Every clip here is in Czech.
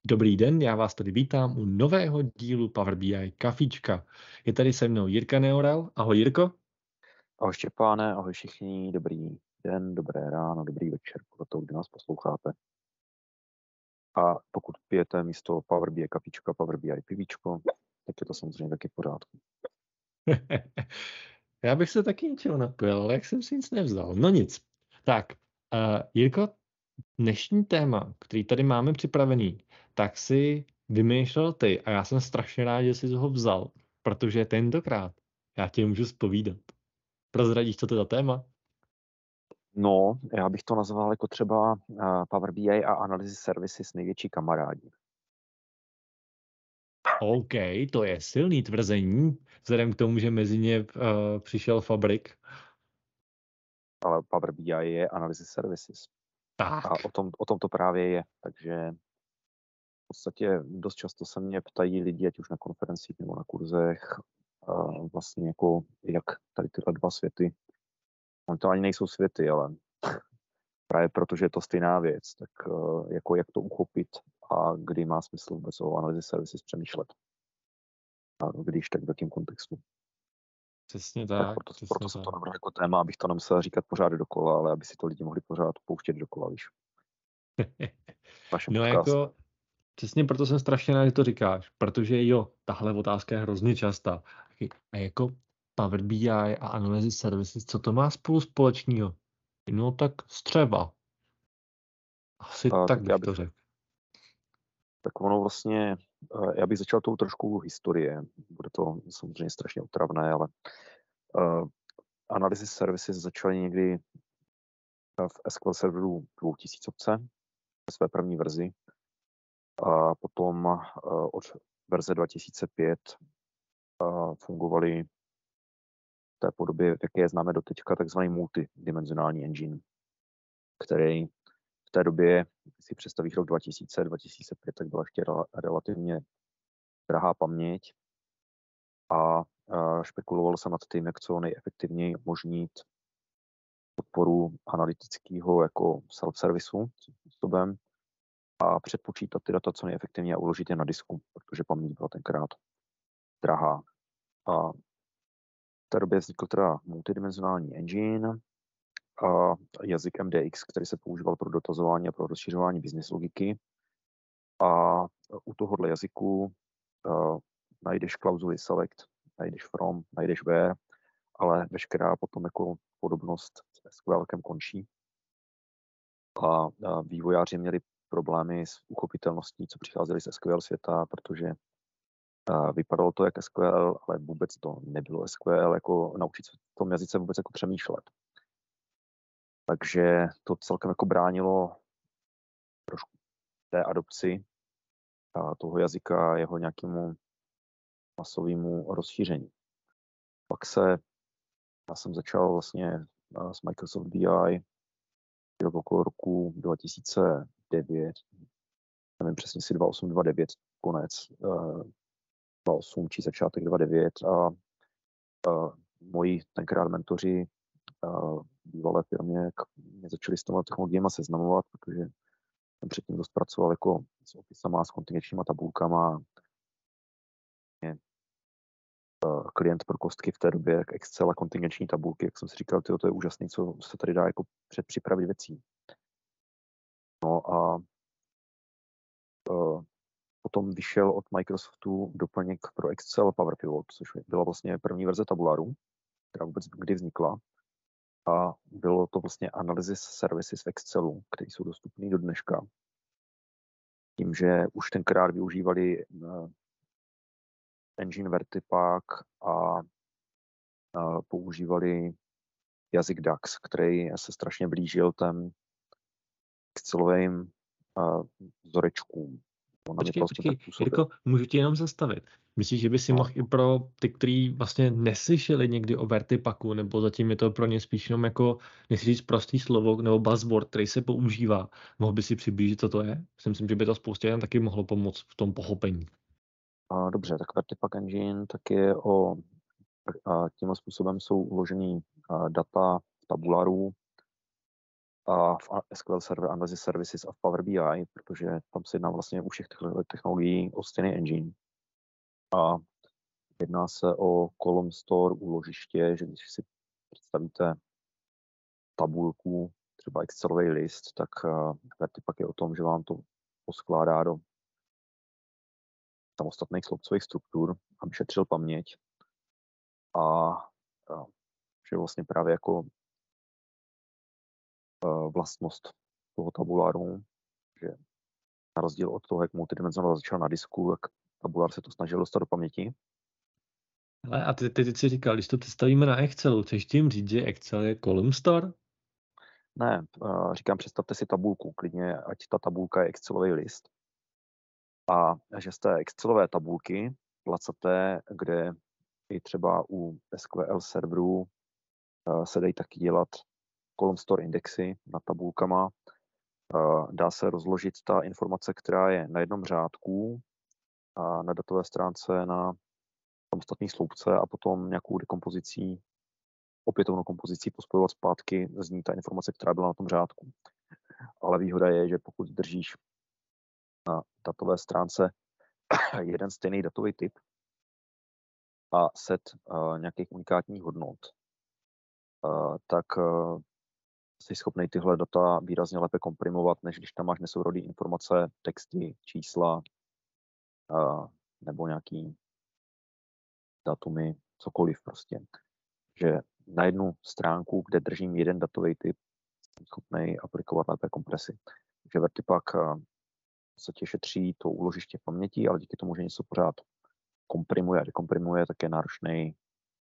Dobrý den, já vás tady vítám u nového dílu Power BI Kafíčka. Je tady se mnou Jirka Neoral. Ahoj Jirko. Ahoj Štěpáne, ahoj všichni, dobrý den, dobré ráno, dobrý večer, podle toho, kdy nás posloucháte. A pokud pijete místo Power BI kapička, Power BI pivíčko, tak je to samozřejmě taky v pořádku. Já bych se taky něčeho napil, ale jak jsem si nic nevzal. No nic. Tak, Jirko, dnešní téma, který tady máme připravený, tak si vymýšlel ty a já jsem strašně rád, že jsi ho vzal, protože tentokrát já tě můžu zpovídat. Prozradíš, co to je za téma? No, já bych to nazval jako třeba Power BI a Analysis Services největší kamarádi. OK, to je silný tvrzení, vzhledem k tomu, že mezi ně přišel Fabrik. Ale Power BI je Analysis Services. A Tak. o tom to právě je. Takže v podstatě dost často se mě ptají lidi, ať už na konferencích nebo na kurzech, vlastně jako jak tady tyhle dva světy, on to ani nejsou světy, ale právě protože je to stejná věc, tak jako jak to uchopit a kdy má smysl vůbec o analyzi services přemýšlet. A když tak v jakém kontextu. Přesně Tak tak, proto přesně jsem to tak. nabral jako téma, abych to nemusel říkat pořád dokola, ale aby si to lidi mohli pořád pouštět dokola, víš, v našem No podcastu. jako, přesně proto jsem strašně rád, že to říkáš, protože jo, tahle otázka je hrozně častá. A jako Power BI a Analysis Services, co to má spolu společného? No tak střeba. Asi tak Tak bych to řekl. tak ono vlastně, já bych začal tou trošku historie. Bude to samozřejmě strašně otravné, ale analysis services začaly někdy v SQL serveru 2000 ve své první verzi. A potom od verze 2005 fungovaly v té podobě, v jaké je známe doteďka, takzvaný multidimenzionální engine, který v té době, když si představíš rok 2000, 2005, tak byla ještě relativně drahá paměť a špekulovalo se nad tím, jak co nejefektivněji umožnit podporu analytického jako self-servisu způsobem a předpočítat ty data co nejefektivněji a uložit je na disku, protože paměť byla tenkrát drahá. A v té době vznikl teda multidimenzionální engine a jazyk MDX, který se používal pro dotazování a pro rozšiřování business logiky. A u tohohle jazyku najdeš klauzuly select, najdeš from, najdeš where, ale veškerá potom jako podobnost s SQLkem končí. A vývojáři měli problémy s uchopitelností, co přicházeli z SQL světa, protože vypadalo to jak SQL, ale vůbec to nebylo SQL, jako naučit se v tom jazyce vůbec jako přemýšlet. Takže to celkem jako bránilo trošku té adopci toho jazyka, jeho nějakému masovému rozšíření. Pak já jsem začal vlastně s Microsoft BI okolo roku 2009, nevím přesně si 28, 29, konec 28 či začátek 29 a moji tenkrát mentoři bývalé firmě mě začali s těma technologiemi seznamovat, protože jsem předtím dost pracoval jako s opisama, s kontingenčníma tabulkama. Klient pro kostky v té době, jak Excel a kontingenční tabulky, jak jsem si říkal, to je úžasný, co se tady dá jako předpřipravit věcí. No a potom vyšel od Microsoftu doplněk pro Excel Power Pivot, což byla vlastně první verze tabularu, která vůbec kdy vznikla. A bylo to vlastně Analysis Services v Excelu, které jsou dostupné do dneška. Tím, že už tenkrát využívali engine Vertipak a používali jazyk DAX, který se strašně blížil těm Excelovým vzorečkům. Počkej, Jirko, můžu ti jenom zastavit. Myslíš, že by si mohl i pro ty, kteří vlastně neslyšeli někdy o Vertipaku, nebo zatím je to pro ně spíš jenom jako, nechci říct prostý slovo, nebo buzzword, který se používá, mohl by si přiblížit, co to je? Myslím, že by to spoustě jen taky mohlo pomoct v tom pochopení. Dobře, tak Vertipak Engine tak je tímhle způsobem jsou uložený data v tabularu a v SQL Server Analysis Services a v Power BI, protože tam se jedná vlastně u všech těchto technologií o stejný engine. A jedná se o column store, úložiště, že když si představíte tabulku, třeba Excelový list, tak Vertipak je o tom, že vám to poskládá do samostatných sloupcových struktur, aby šetřil paměť. A že vlastně právě jako vlastnost toho tabuláru, že na rozdíl od toho, jak multidimenzionál začal na disku, jak tabulár se to snažil dostat do paměti. Ale a ty si říkal, když to představíme na Excelu, chceš tím říct, že Excel je column store? Ne, říkám, představte si tabulku, klidně, ať ta tabulka je Excelový list. A že z té Excelové tabulky placaté, kde i třeba u SQL serverů se dají taky dělat column store indexy nad tabulkama. Dá se rozložit ta informace, která je na jednom řádku a na datové stránce na samostatné sloupce a potom nějakou dekompozicí, opětovnou kompozicí pospojovat zpátky z ní ta informace, která byla na tom řádku. Ale výhoda je, že pokud držíš na datové stránce jeden stejný datový typ a set nějakých unikátních hodnot, tak jsi schopný tyhle data výrazně lépe komprimovat, než když tam máš nesourodé informace, texty, čísla nebo nějaký datumy, cokoliv prostě. Že na jednu stránku, kde držím jeden datový typ, jsem schopný aplikovat lépe kompresi. Takže Vertipak v podstatě šetří to úložiště paměti, ale díky tomu, že něco pořád komprimuje a dekomprimuje, tak je náročný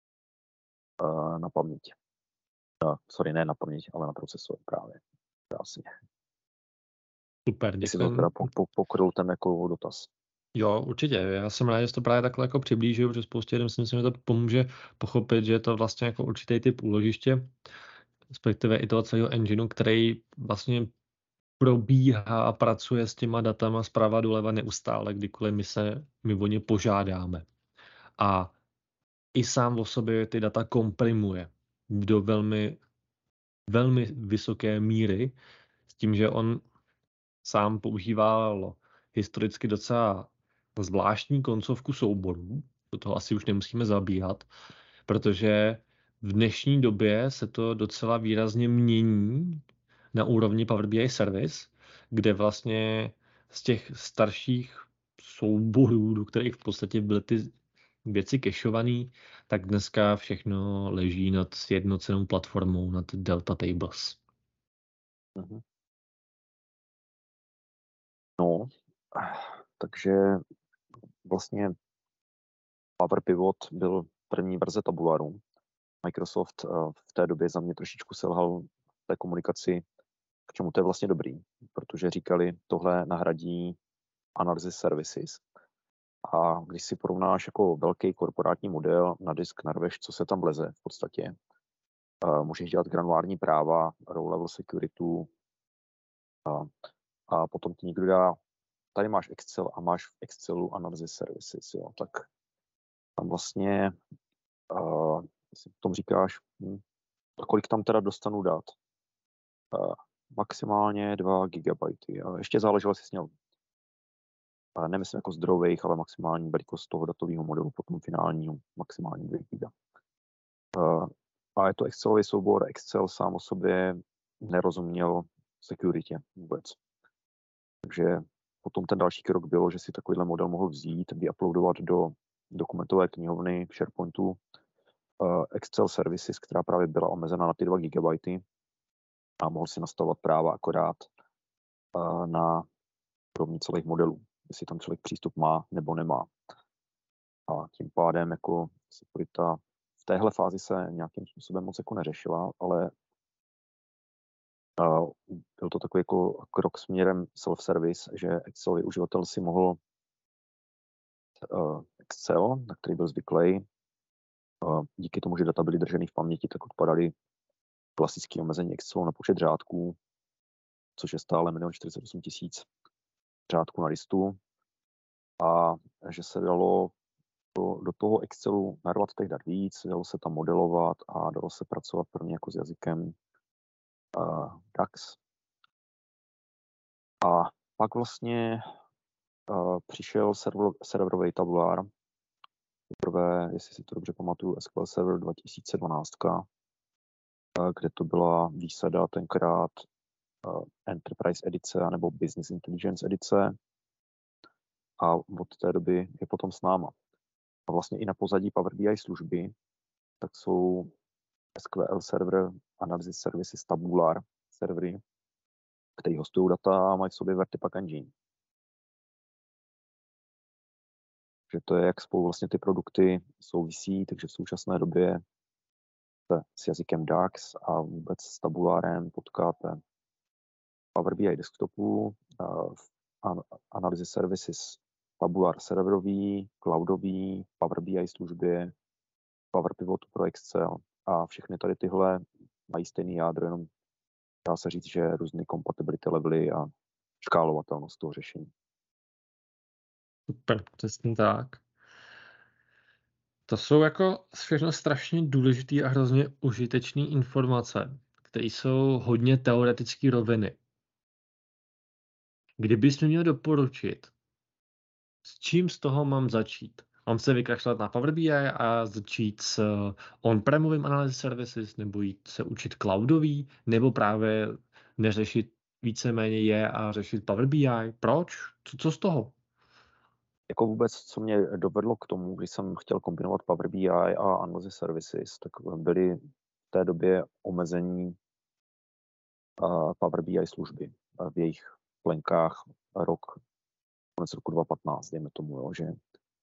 na paměť. Sorry, ne na paměť, ale na procesor právě. Krásně. Super, děkuji. Jestli to teda pokryl ten jako dotaz. Jo, určitě. Já jsem rád, že jsi to právě takhle jako přiblížil, protože spoustě lidem si myslím, že to pomůže pochopit, že je to vlastně jako určitý typ úložiště, respektive i toho celého engineu, který vlastně probíhá a pracuje s těma datama zprava doleva neustále, kdykoliv my o ně požádáme. A i sám o sobě ty data komprimuje do velmi, velmi vysoké míry, s tím, že on sám používal historicky docela zvláštní koncovku souborů, do toho asi už nemusíme zabíhat, protože v dnešní době se to docela výrazně mění na úrovni Power BI Service, kde vlastně z těch starších souborů, do kterých v podstatě byly ty věci kešované, tak dneska všechno leží nad sjednocenou platformou, nad Delta Tables. Mhm. No, takže vlastně Power Pivot byl první verze tabularu. Microsoft v té době za mě trošičku selhal v té komunikaci, k čemu to je vlastně dobrý, protože říkali, tohle nahradí Analysis Services. A když si porovnáš jako velký korporátní model na disk narveš, co se tam vleze v podstatě, můžeš dělat granulární práva, row level security a potom ti někdo dá, tady máš Excel a máš v Excelu Analysis Services, jo, tak tam vlastně si tom říkáš, kolik tam teda dostanu dát? Maximálně 2 GB. Ještě záleželo, jestli jsi měl, nemyslím jako zdrojových, ale maximální velikost toho datového modelu, potom finálního maximální 2 GB. A je to Excelový soubor. Excel sám o sobě nerozuměl security vůbec. Takže potom ten další krok bylo, že si takovýhle model mohl vzít, vyuploadovat do dokumentové knihovny v SharePointu Excel Services, která právě byla omezena na ty 2 GB a mohl si nastavovat práva akorát na úrovni celých modelů, jestli tam člověk přístup má nebo nemá. A tím pádem jako securita v téhle fázi se nějakým způsobem moc jako neřešila, ale byl to takový jako krok směrem self-service, že Excel uživatel si mohl Excel, na který byl zvyklý, díky tomu, že data byly drženy v paměti, tak odpadaly klasické omezení Excelu na počet řádků, což je stále 1 48 000 řádků na listu. A že se dalo do toho Excelu narvat těch dat víc, dalo se tam modelovat a dalo se pracovat prvně jako s jazykem DAX. A pak vlastně přišel serverový tabulár. Poprvé, jestli si to dobře pamatuju, SQL Server 2012, kde to byla výsada tenkrát Enterprise edice nebo Business Intelligence edice. A od té doby je potom s náma. A vlastně i na pozadí Power BI služby, tak jsou SQL Server Analysis Services Tabular servery, který hostují data a mají v sobě Vertipack Engine. Že to je, jak spolu vlastně ty produkty souvisí, takže v současné době s jazykem DAX a vůbec s tabulárem potkáte Power BI desktopu, Analysis Services tabular serverový, cloudový, Power BI službě, Power Pivot pro Excel a všechny tady tyhle mají stejný jádro, jenom dá se říct, že různé compatibility levely a škálovatelnost toho řešení. Super, přesně tak. To jsou jako všechno strašně důležité a hrozně užitečné informace, které jsou hodně teoretické roviny. Kdybys mi měl doporučit, s čím z toho mám začít? Mám se vykašlat na Power BI a začít s on-premovým analysis services, nebo jít se učit cloudový, nebo právě neřešit víceméně je a řešit Power BI? Proč? Co z toho? Jako vůbec, co mě dovedlo k tomu, když jsem chtěl kombinovat Power BI a Analysis Services, tak byly v té době omezení Power BI služby v jejich plenkách konec roku 2015, dejme tomu, jo, že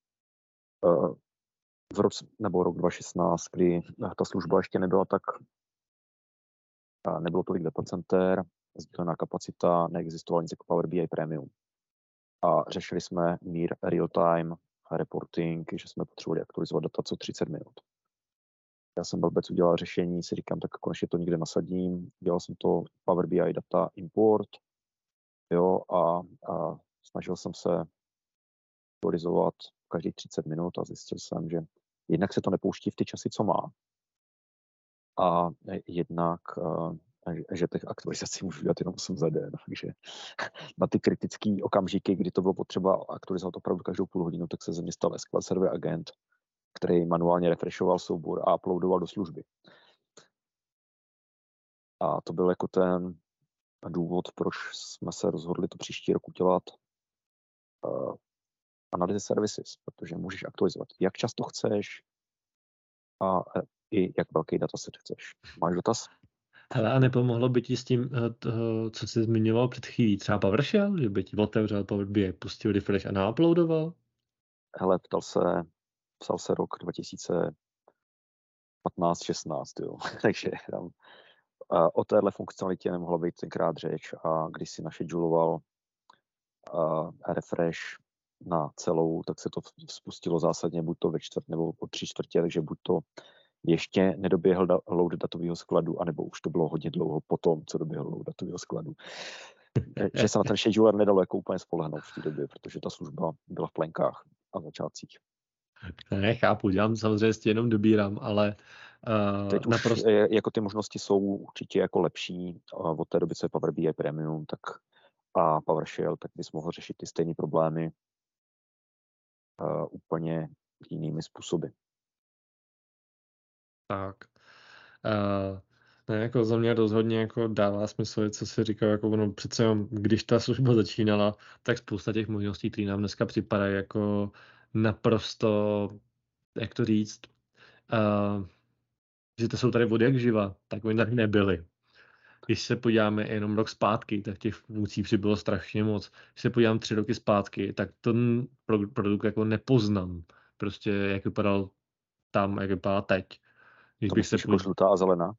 v roce, nebo rok 2016, kdy ta služba ještě nebyla tak, nebylo tolik datacenter, sdílená kapacita, neexistoval nic jako Power BI Premium. A řešili jsme near real-time reporting, že jsme potřebovali aktualizovat data co 30 minut. Já jsem blbec udělal řešení, si říkám, tak konečně to někde nasadím. Dělal jsem to Power BI data import, jo, a snažil jsem se aktualizovat každých 30 minut a zjistil jsem, že jednak se to nepouští v ty časy, co má. A jednak, že těch aktualizací můžu dělat jenom 8 za den. Takže na ty kritické okamžiky, kdy to bylo potřeba aktualizovat opravdu každou půl hodinu, tak se ze mě stal SQL Server agent, který manuálně refreshoval soubor a uploadoval do služby. A to byl jako ten důvod, proč jsme se rozhodli to příští rok udělat Analysis Services, protože můžeš aktualizovat, jak často chceš a i jak velký dataset chceš. Máš dotaz? Hele, a nepomohlo by ti s tím, co jsi zmiňoval před chvílí, třeba PowerShell, že by ti otevřel Power BI, pustil refresh a nauploadoval? Hele, psal se rok 2015-16, jo. Takže tam o téhle funkcionalitě nemohla být tenkrát řeč a když si našeduloval refresh na celou, tak se to spustilo zásadně buď to ve čtvrt nebo po 3/4, takže buď to ještě nedoběhl load datového skladu, anebo už to bylo hodně dlouho potom, co doběhl load datového skladu. Že se na ten scheduler nedalo jako úplně spolehnout v té době, protože ta služba byla v plenkách a začátcích. Ne, chápu, dělám samozřejmě jenom dobírám, ale teď naprosto... už jako ty možnosti jsou určitě jako lepší. Od té doby, co je Power BI Premium, tak a PowerShell, tak bys mohl řešit ty stejné problémy úplně jinými způsoby. Tak. Ne, jako za mě rozhodně jako dává smysl, co si říkal, jako ono přece když ta služba začínala, tak spousta těch možností, které nám dneska připadají jako naprosto, jak to říct, že to jsou tady od jak živa, tak oni tady nebyly. Když se podíváme jenom rok zpátky, tak těch funkcí přibylo strašně moc. Když se podívám 3 roky zpátky, tak ten produkt jako nepoznám. Prostě jak vypadal tam, jak vypadá teď. Když To bych se myslíš jako žlutá a zelená?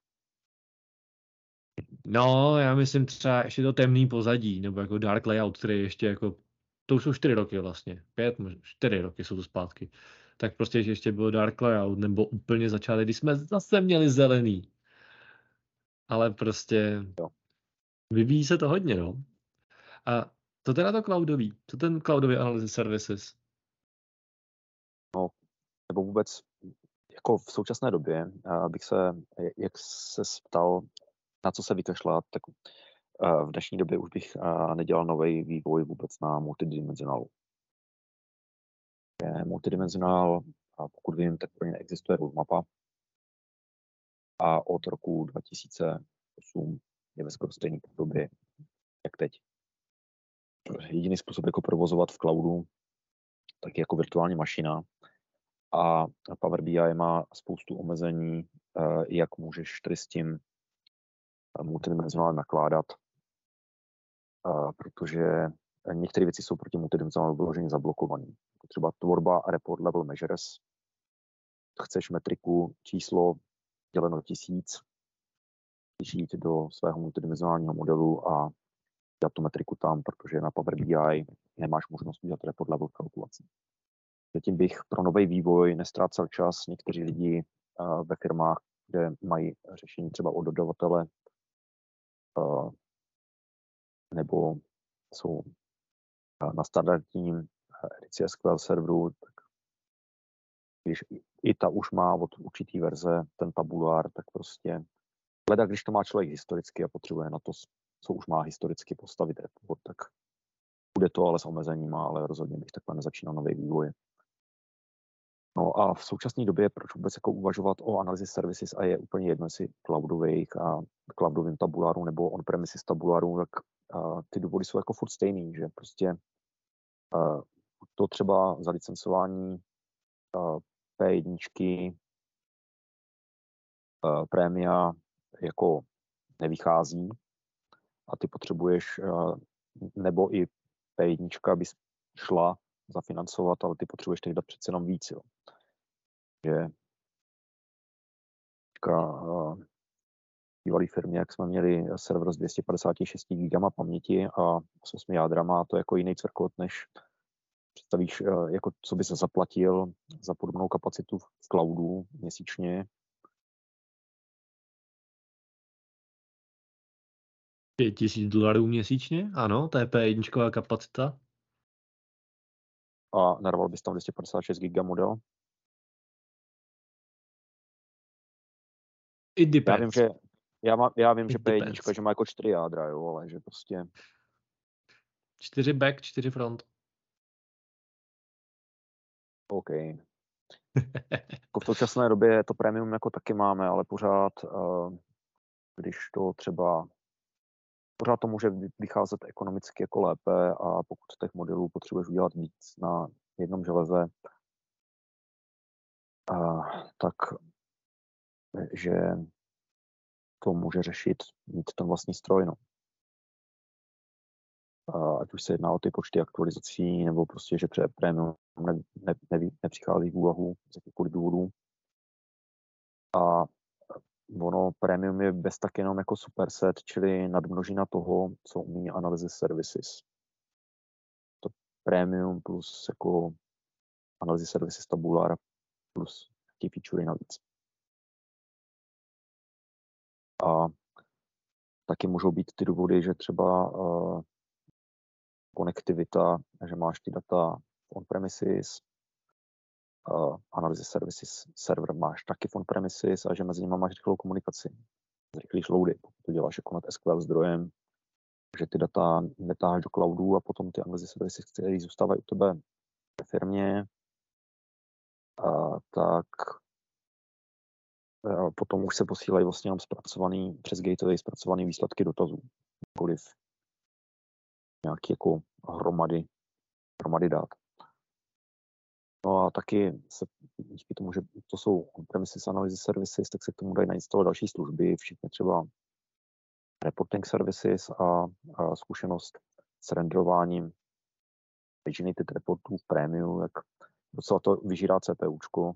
No, já myslím třeba ještě to temný pozadí, nebo jako dark layout, který ještě jako, to už jsou 4 roky vlastně, 5, možná 4 roky jsou to zpátky. Tak prostě ještě bylo dark layout, nebo úplně začátek, když jsme zase měli zelený. Ale prostě Jo. vyvíjí se to hodně, no. A to teda to cloudový, to ten cloudový analysis services. No, nebo vůbec jako v současné době, abych se, jak se ptal, na co se vykašlat, tak v dnešní době už bych nedělal nový vývoj vůbec na multidimenzionálu. Multidimenzionál, a pokud vím, tak pro ně neexistuje roadmapa a od roku 2008 je ve skoro stejné podobě, jak teď. Jediný způsob, jako provozovat v cloudu, tak je jako virtuální mašina a Power BI má spoustu omezení, jak můžeš tady s tím multidimenzionálem nakládat, protože některé věci jsou proti multidimenzionálu vyloženě zablokované. Třeba tvorba report level measures. Chceš metriku číslo děleno 1000, když jít do svého multidimenzionálního modelu a dát tu metriku tam, protože na Power BI nemáš možnost udělat report level kalkulaci. Tím bych pro nový vývoj nestrácel čas. Někteří lidi ve firmách, kde mají řešení třeba od dodavatele nebo jsou na standardním edici SQL serveru, tak když i ta už má od určitý verze ten tabulár, tak prostě hleda, když to má člověk historicky a potřebuje na to, co už má historicky postavit report, tak bude to ale s omezeníma, ale rozhodně bych takhle nezačínal nový vývoj. No a v současné době, proč vůbec jako uvažovat o analysis services a je úplně jedno, jestli cloudovým tabuláru nebo on-premises tabuláru, tak ty důvody jsou jako furt stejný, že prostě to třeba za licencování P1 prémia jako nevychází a ty potřebuješ, nebo i P1 bys šla zafinancovat, ale ty potřebuješ teď dát přece jenom víc. Jo. Že v bývalé firmě, jak jsme měli server s 256 GB paměti a s 8 jádrama, to je jako jiný cvrkot, než představíš, jako co bys zaplatil za podobnou kapacitu v cloudu měsíčně. $5,000 měsíčně? Ano, to je P1 kapacita. A narval bys tam 256 GB model? It depends. Já vím, že P1, že má jako 4 jádra, jo, ale že prostě 4 back, 4 front. OK. Jako v současné době to premium jako taky máme, ale pořád, když to třeba pořád to může vycházet ekonomicky jako lépe a pokud těch modelů potřebuješ udělat víc na jednom železe, tak že to může řešit mít ten vlastní stroj. No. Ať už se jedná o ty počty aktualizací, nebo prostě, že premium nepřichází v úvahu z jakýchkoliv důvodů. A ono premium je bez tak jenom jako superset, čili nadmnožina toho, co umí analysis services. To premium plus jako analysis services tabular plus ty featurey navíc. A taky můžou být ty důvody, že třeba konektivita, že máš ty data on-premises, analysis services server máš taky on-premises a že mezi nimi máš rychlou komunikaci. Rychlý loady, pokud to děláš jako nad SQL zdrojem, že ty data netáháš do cloudu a potom ty analysis services, které zůstávají u tebe ve firmě, tak potom už se posílají vlastně přes gateway zpracovaný výsledky dotazů, nikoliv nějaký jako hromady dat. No a taky se díky tomu, že to jsou on-premises analysis services, tak se k tomu dají nainstalovat další služby, včetně třeba reporting services a zkušenost s renderováním originated reportů v prémiu, jak docela to vyžírá CPUčko.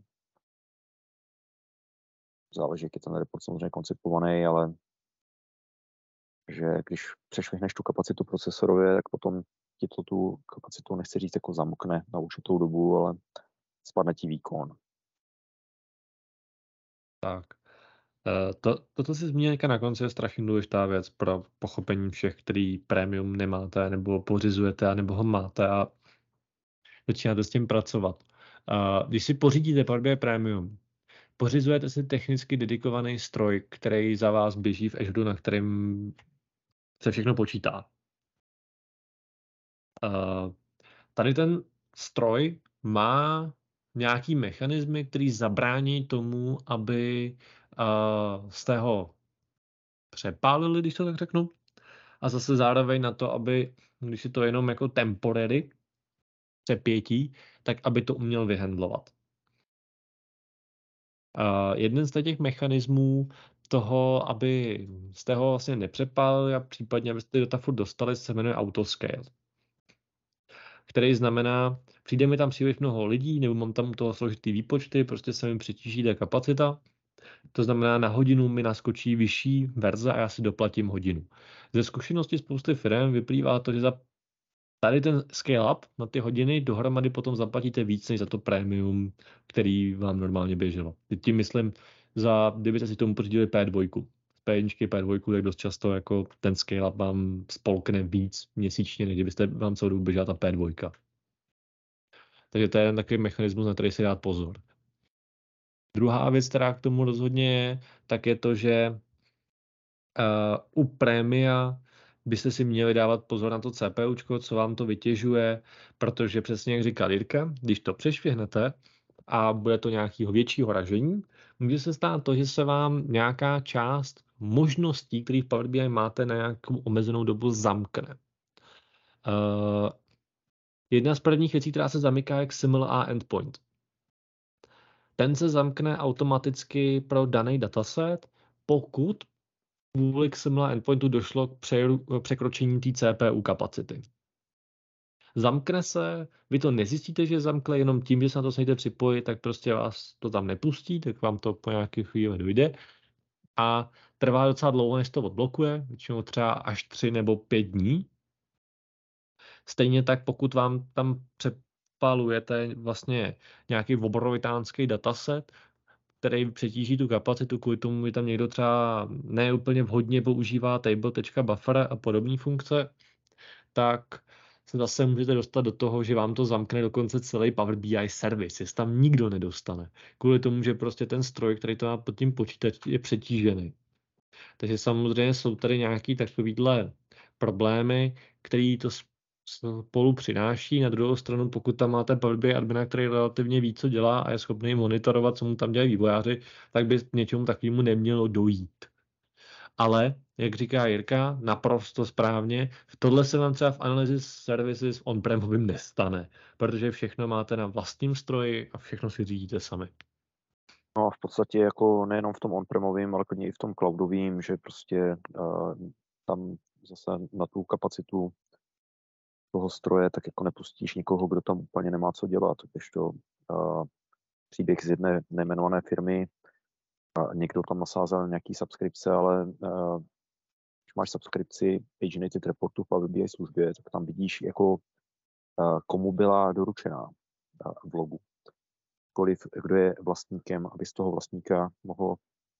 Záleží, jak je ten report samozřejmě koncipovaný, ale že když přešvihneš tu kapacitu procesorově, tak potom ti to tu kapacitu, nechci říct, jako zamkne na určitou dobu, ale spadne ti výkon. Tak. Toto si zmínil na konci, je strašně důležitá věc pro pochopení všech, který premium nemáte, nebo pořizujete, nebo ho máte a začínáte s tím pracovat. Když si pořídíte Power BI Premium, pořizujete si technicky dedikovaný stroj, který za vás běží v Azure, na kterém se všechno počítá. Tady ten stroj má nějaký mechanismy, který zabrání tomu, aby jste ho přepálili, když to tak řeknu, a zase zároveň na to, aby, když si to jenom jako temporary přepětí, tak aby to uměl vyhandlovat. Jeden z těch mechanismů toho, aby jste ho vlastně nepřepálili a případně abyste data furt dostali, se jmenuje autoscale, který znamená, přijde mi tam příliš mnoho lidí, nebo mám tam u toho složitý výpočty, prostě se mi přetíží ta kapacita, to znamená, na hodinu mi naskočí vyšší verze a já si doplatím hodinu. Ze zkušenosti spousty firm vyplývá to, že za tady ten scale up na ty hodiny dohromady potom zaplatíte víc než za to premium, který vám normálně běželo. Tím myslím, kdybyste si tomu pořídili P2, z P1 P2, tak dost často jako ten scale up vám spolkne víc měsíčně, než kdybyste vám celou dobu běžela ta P2. Takže to je takový mechanismus, na který si dát pozor. Druhá věc, která k tomu rozhodně je, tak je to, že u prémia byste si měli dávat pozor na to CPUčko, co vám to vytěžuje, protože přesně jak říkal Jirka, když to přešvihnete a bude to nějakého většího ražení, může se stát to, že se vám nějaká část možností, které v Power BI máte na nějakou omezenou dobu, zamkne. Jedna z prvních věcí, která se zamyká, je XML a endpoint. Ten se zamkne automaticky pro daný dataset, pokud kvůli XML endpointu došlo k překročení té CPU kapacity. Zamkne se, vy to nezjistíte, že je zamkle, jenom tím, že se na to snažíte připojit, tak prostě vás to tam nepustí, tak vám to po nějaké chvíli dojde. A trvá docela dlouho, než to odblokuje, většinou třeba až 3 nebo 5 dní. Stejně tak, pokud vám tam přepalujete vlastně nějaký obrovitánský dataset, který přetíží tu kapacitu, kvůli tomu, že tam někdo třeba neúplně vhodně používá table.buffer a podobné funkce, tak se zase můžete dostat do toho, že vám to zamkne dokonce celý Power BI service, jestli tam nikdo nedostane. Kvůli tomu, že prostě ten stroj, který to má pod tím počítač, je přetížený. Takže samozřejmě jsou tady nějaký takovýhle problémy, který to spolu přináší. Na druhou stranu, pokud tam máte Power BI admina, který relativně ví, co dělá a je schopný monitorovat, co mu tam dělají vývojáři, tak by k něčemu takovému nemělo dojít. Ale, jak říká Jirka, naprosto správně, tohle se vám třeba v Analysis Services v on-premovým nestane, protože všechno máte na vlastním stroji a všechno si řídíte sami. No a v podstatě jako nejenom v tom on-premovým, ale klidně i v tom cloudovým, že prostě tam zase na tu kapacitu toho stroje tak jako nepustíš nikoho, kdo tam úplně nemá co dělat. Když to příběh z jedné nejmenované firmy, někdo tam nasázel nějaký subskripce, ale když máš subskripci Agent Reportu v Power BI službě, tak tam vidíš, jako komu byla doručená v logu. Kdo je vlastníkem, aby z toho vlastníka mohl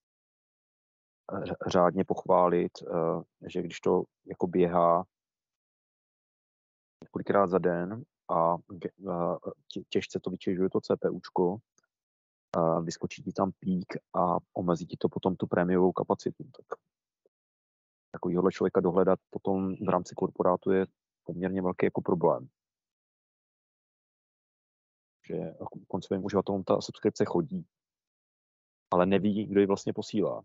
řádně pochválit, že když to jako běhá několikrát za den a těžce to vytěžuje to CPUčko, vyskočí ti tam pík a omezí ti to potom tu prémiovou kapacitu. Tak takovýhle člověka dohledat potom v rámci korporátu je poměrně velký jako problém. Že koncovým uživatelům ta subskripce chodí, ale neví, kdo ji vlastně posílá.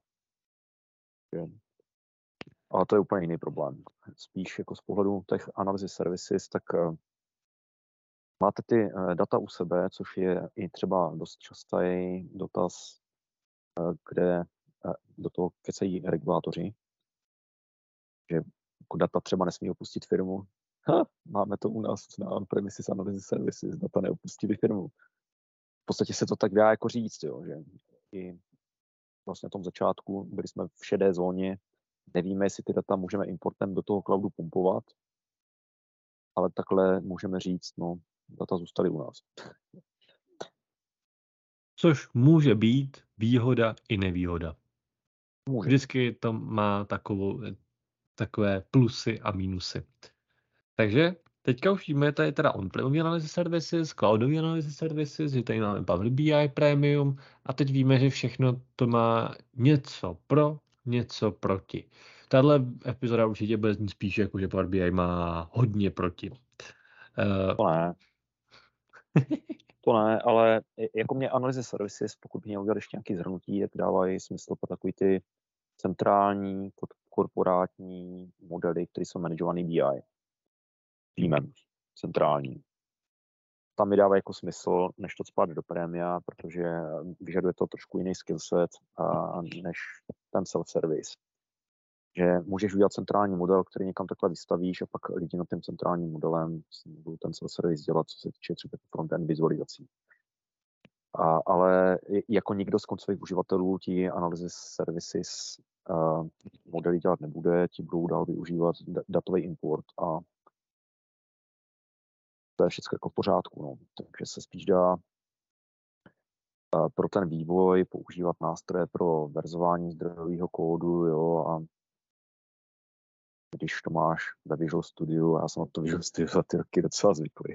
Ale to je úplně jiný problém. Spíš jako z pohledu těch Analysis Services, tak máte ty data u sebe, což je i třeba dost častý dotaz, kde do toho kecají regulátoři, že jako data třeba nesmí opustit firmu. Máme to u nás na on-premises Analysis Services, data neopustili firmu. V podstatě se to tak dá jako říct, jo, že i vlastně v tom začátku byli jsme v šedé zóně, nevíme, jestli ty data můžeme importem do toho cloudu pumpovat, ale takhle můžeme říct, no, data zůstaly u nás. Což může být výhoda i nevýhoda. Může. Vždycky to má takové plusy a mínusy. Takže teďka už víme, to je teda on-premový analysis services, cloudový analysis services, že tady máme Power BI Premium a teď víme, že všechno to má něco pro, něco proti. Tahle epizoda určitě bude znít spíš jako, že Power BI má hodně proti. To ne, ale jako mě analysis services, pokud by měl udělat ještě nějaký zhrnutí, tak dávají smysl pro takový ty centrální, korporátní modely, které jsou manažovaný BI. Týmem centrální. Tam mi dává jako smysl, než to spát do prémia, protože vyžaduje to trošku jiný skillset než ten self-service. Že můžeš udělat centrální model, který někam takhle vystavíš a pak lidi nad tím centrálním modelem budou ten self-service dělat, co se týče třeba front-end vizualizací. Ale jako nikdo z koncových uživatelů ti analysis services modely dělat nebude, ti budou dál využívat datový import a to je všechno jako v pořádku. No. Takže se spíš dá pro ten vývoj používat nástroje pro verzování zdrojového kódu, jo, a když to máš ve Visual Studio, já jsem na to Visual Studio za ty roky docela zvyklý.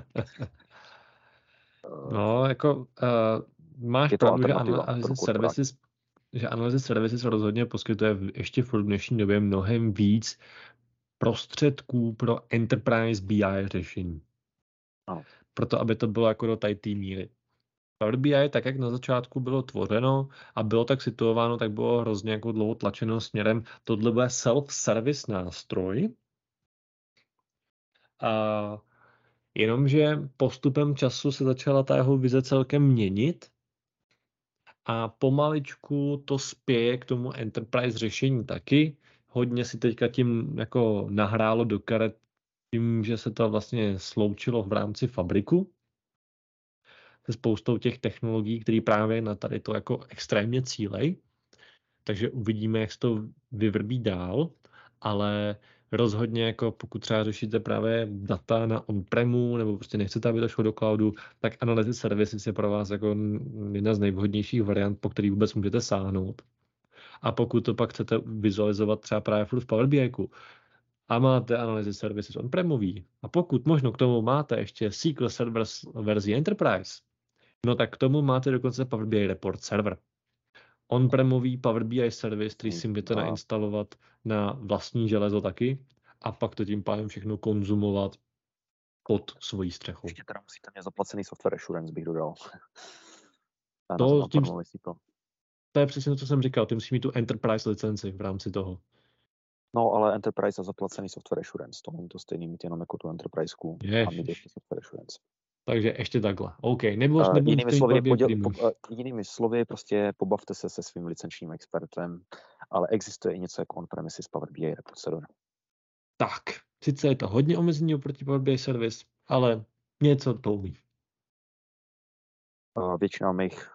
No, jako máš pravdu, že analysis services rozhodně poskytuje ještě v dnešní době mnohem víc prostředků pro enterprise BI řešení. Ano. Proto, aby to bylo jako do té míry. Power BI, tak jak na začátku bylo tvořeno a bylo tak situováno, tak bylo hrozně jako dlouho tlačeno směrem, tohle bude self-service nástroj. A jenomže postupem času se začala ta jeho vize celkem měnit a pomaličku to spěje k tomu enterprise řešení taky. Hodně si teďka tím jako nahrálo do karet tím, že se to vlastně sloučilo v rámci Fabriku se spoustou těch technologií, které právě na tady to jako extrémně cílej. Takže uvidíme, jak se to vyvrbí dál, ale rozhodně jako pokud třeba řešíte právě data na on-premu nebo prostě nechcete, aby to šlo do cloudu, tak analysis services je pro vás jako jedna z nejvhodnějších variant, po který vůbec můžete sáhnout. A pokud to pak chcete vizualizovat třeba právě v Power BI a máte analysis services on-premový a pokud možno k tomu máte ještě SQL Server verzi Enterprise, no tak k tomu máte dokonce Power BI Report Server. On-premový Power BI service, který si můžete nainstalovat na vlastní železo taky a pak to tím pádem všechno konzumovat pod svojí střechou. Ještě teda musíte mě zaplacený software assurance, bych dodal. To je přesně to, co jsem říkal. Ty musíš mít tu enterprise licenci v rámci toho. No, ale enterprise a zaplacený software assurance. To není to stejný mít jenom jako tu enterpriseku a mít ještě software assurance. Takže ještě takhle. OK. Jinými slovy, prostě pobavte se se svým licenčním expertem, ale existuje i něco jako on-premises Power BI Report Server. Tak, sice je to hodně omezení oproti Power BI Service, ale něco to umí. Většina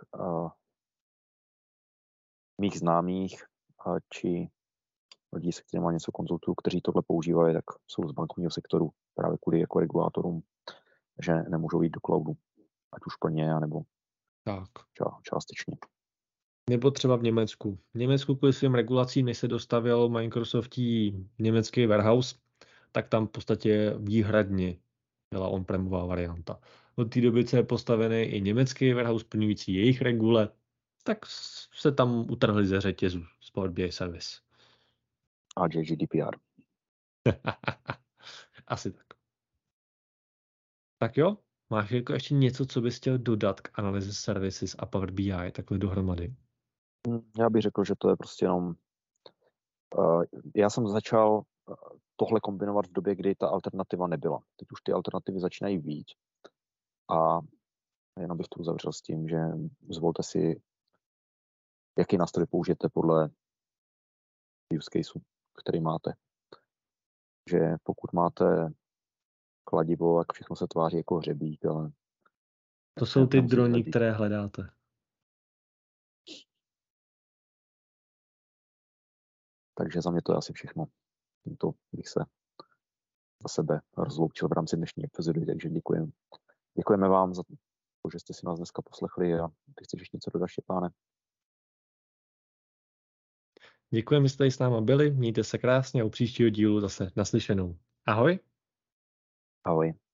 mých známých či lidí, se kterými něco konzultuju, kteří tohle používají, tak jsou z bankovního sektoru právě kvůli jako regulátorům, že nemůžou jít do cloudu, ať už plně, nebo tak. Částečně. Nebo třeba v Německu. V Německu kvůli svým regulacím, než se dostavil Microsoftí německý warehouse, tak tam v podstatě výhradně byla on-premová varianta. Od té doby, co je postavený i německý warehouse plňující jejich regule, tak se tam utrhli ze řetězu z Power BI Service. A GDPR. Asi tak. Tak jo, máš jako ještě něco, co bys chtěl dodat k analysis services a Power BI takhle dohromady? Já bych řekl, že to je prostě jenom... já jsem začal tohle kombinovat v době, kdy ta alternativa nebyla. Teď už ty alternativy začínají být. A jenom bych to uzavřel s tím, že zvolte si, jaký nástroj použijete podle use caseu, který máte. Že pokud máte kladivo, tak všechno se tváří jako hřebík, ale... To jsou ty drony, které hledáte. Takže za mě to je asi všechno. Tímto bych se za sebe rozloučil v rámci dnešní epizody, takže děkujeme vám za to, že jste si nás dneska poslechli a ty chceš ještě něco dodat, Štěpáne? Děkujeme, že jste tady s náma byli, mějte se krásně a u příštího dílu zase naslyšenou. Ahoj! Ahoj.